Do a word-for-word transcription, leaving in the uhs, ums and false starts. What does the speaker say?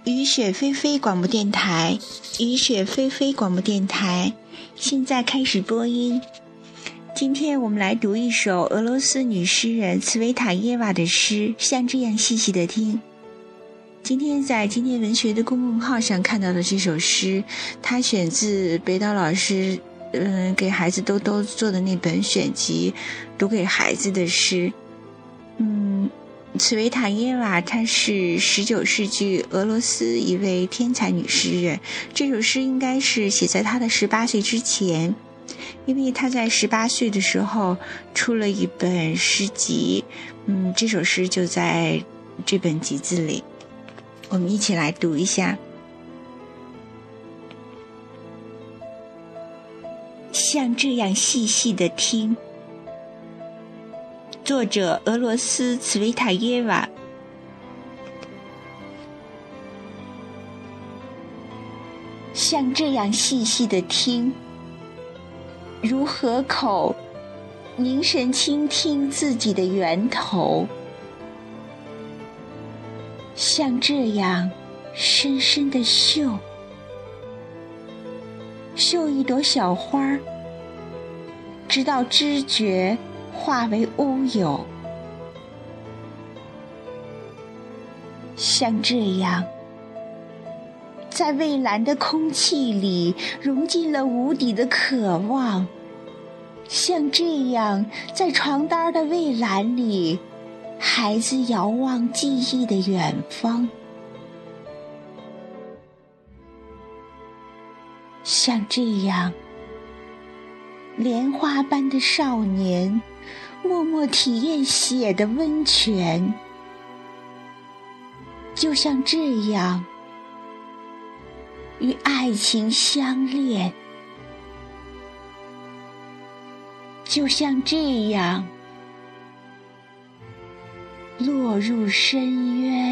雨雪霏霏广播电台，雨雪霏霏广播电台，现在开始播音。今天我们来读一首俄罗斯女诗人茨维塔耶娃的诗《像这样细细的听》。今天在今天文学的公众号上看到的这首诗，它选自北岛老师嗯，给孩子兜兜做的那本选集读给孩子的诗。嗯，茨维塔耶娃她是十九世纪俄罗斯一位天才女诗人，这首诗应该是写在她的十八岁之前，因为她在十八岁的时候出了一本诗集，嗯，这首诗就在这本集子里，我们一起来读一下。像这样细细的听，作者俄罗斯茨维塔耶娃。像这样细细的听，如河口凝神倾听自己的源头，像这样深深的嗅，嗅一朵小花，直到知觉化为乌有，像这样在蔚蓝的空气里融进了无底的渴望，像这样在床单的蔚蓝里孩子遥望记忆的远方，像这样莲花般的少年默默体验血的温泉，就像这样与爱情相恋，就像这样落入深渊。